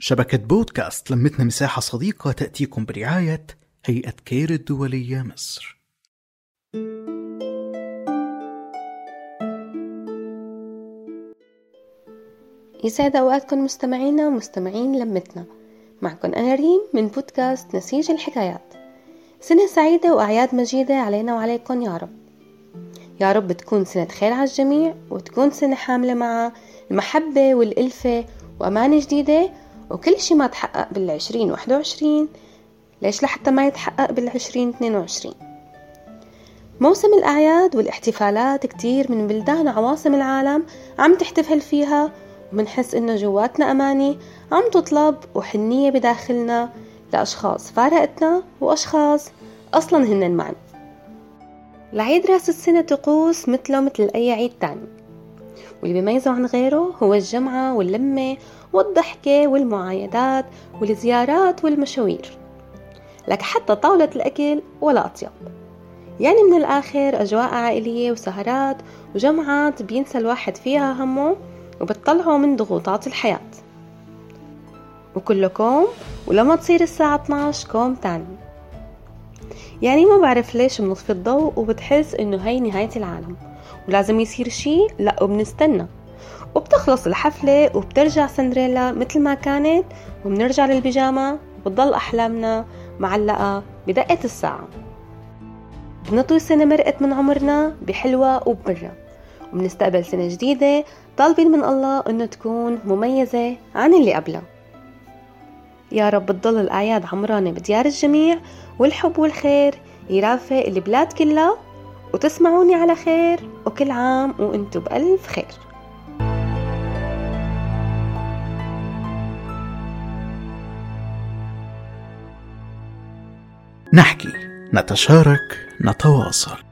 شبكة بودكاست لمتنا مساحة صديقة تأتيكم برعاية هيئة كير الدولية مصر. يسعد أوقاتكم مستمعينا ومستمعين لمتنا. معكم أنا ريم من بودكاست نسيج الحكايات. سنة سعيدة وأعياد مجيدة علينا وعليكم يا رب. يا رب تكون سنة خير على الجميع، وتكون سنة حاملة مع المحبة والألفة وأمان جديدة، وكل شي ما تحقق بال2021 ليش لحتى ما يتحقق بال2022. موسم الأعياد والاحتفالات كتير من بلدان وعواصم العالم عم تحتفل فيها، ومنحس إنه جواتنا أماني عم تطلب وحنية بداخلنا لأشخاص فارقتنا وأشخاص أصلا هن معنا. العيد راس السنة طقوس مثله مثل أي عيد تاني، واللي بيميزه عن غيره هو الجمعة واللمة والضحكة والمعايدات والزيارات والمشاوير، لك حتى طاولة الأكل ولا أطيب. يعني من الآخر أجواء عائلية وسهرات وجمعات بينسى الواحد فيها همه وبتطلعه من ضغوطات الحياة. وكله كوم، ولما تصير الساعة 12 كوم تاني. يعني ما بعرف ليش بنطفي الضوء وبتحس إنه هاي نهاية العالم ولازم يصير شي، لا وبنستنى، وبتخلص الحفلة وبترجع سندريلا مثل ما كانت، وبنرجع للبيجامة وبتضل أحلامنا معلقة بدقة الساعة. بنطوي سنة مرقت من عمرنا بحلوة وبمرة، وبنستقبل سنة جديدة طالبين من الله إنه تكون مميزة عن اللي قبلها. يا رب تضل الأعياد عمرانة بديار الجميع، والحب والخير يرافق البلاد كلها. وتسمعوني على خير، وكل عام وانتو بألف خير. نحكي، نتشارك، نتواصل.